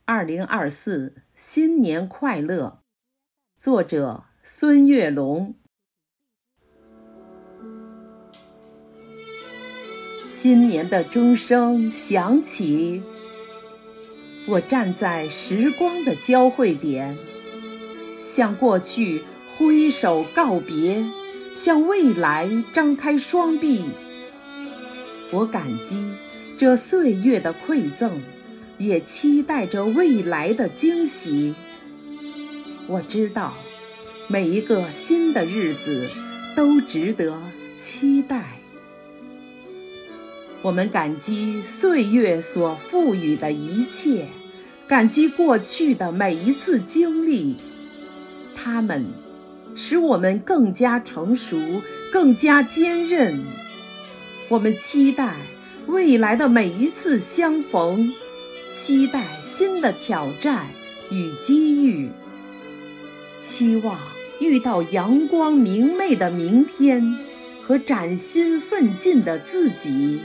2024新年快乐，作者孙月龙。新年的钟声响起，我站在时光的交汇点，向过去挥手告别，向未来张开双臂。我感激这岁月的馈赠，也期待着未来的惊喜。我知道，每一个新的日子都值得期待。我们感激岁月所赋予的一切，感激过去的每一次经历，它们使我们更加成熟，更加坚韧。我们期待未来的每一次相逢，期待新的挑战与机遇，期望遇到阳光明媚的明天和崭新奋进的自己。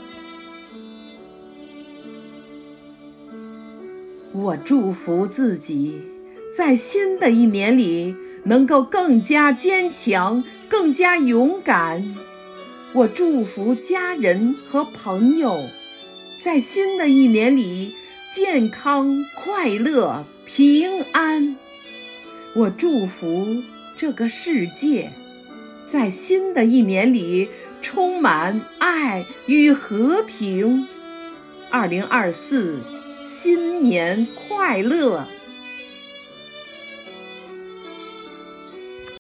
我祝福自己在新的一年里能够更加坚强，更加勇敢。我祝福家人和朋友在新的一年里健康、快乐、平安。我祝福这个世界在新的一年里充满爱与和平。2024新年快乐！